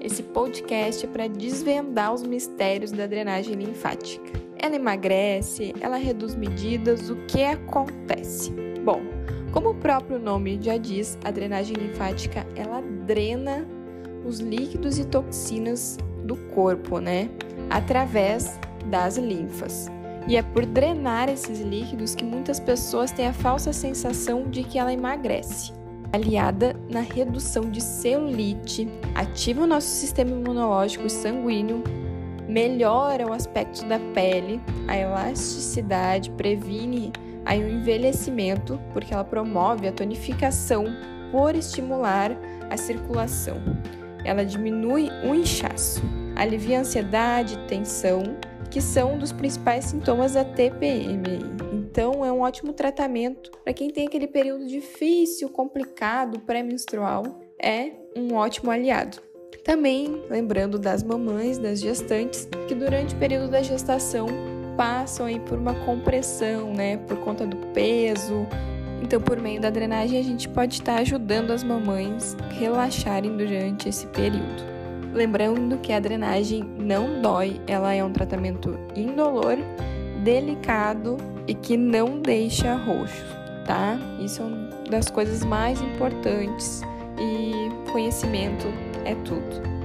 Esse podcast é para desvendar os mistérios da drenagem linfática. Ela emagrece, ela reduz medidas, o que acontece? Bom, como o próprio nome já diz, a drenagem linfática, ela drena os líquidos e toxinas do corpo, né? Através das linfas. E é por drenar esses líquidos que muitas pessoas têm a falsa sensação de que ela emagrece. Aliada na redução de celulite, ativa o nosso sistema imunológico e sanguíneo, melhora o aspecto da pele, a elasticidade, previne aí o envelhecimento, porque ela promove a tonificação por estimular a circulação. Ela diminui o inchaço, alivia a ansiedade e tensão, que são um dos principais sintomas da TPM. Então, é um ótimo tratamento para quem tem aquele período difícil, complicado, pré-menstrual, é um ótimo aliado. Também lembrando das mamães, das gestantes, que durante o período da gestação passam aí por uma compressão, né, por conta do peso. Então, por meio da drenagem, a gente pode estar ajudando as mamães a relaxarem durante esse período. Lembrando que a drenagem não dói, ela é um tratamento indolor, delicado e que não deixa roxo, tá? Isso é uma das coisas mais importantes e conhecimento é tudo.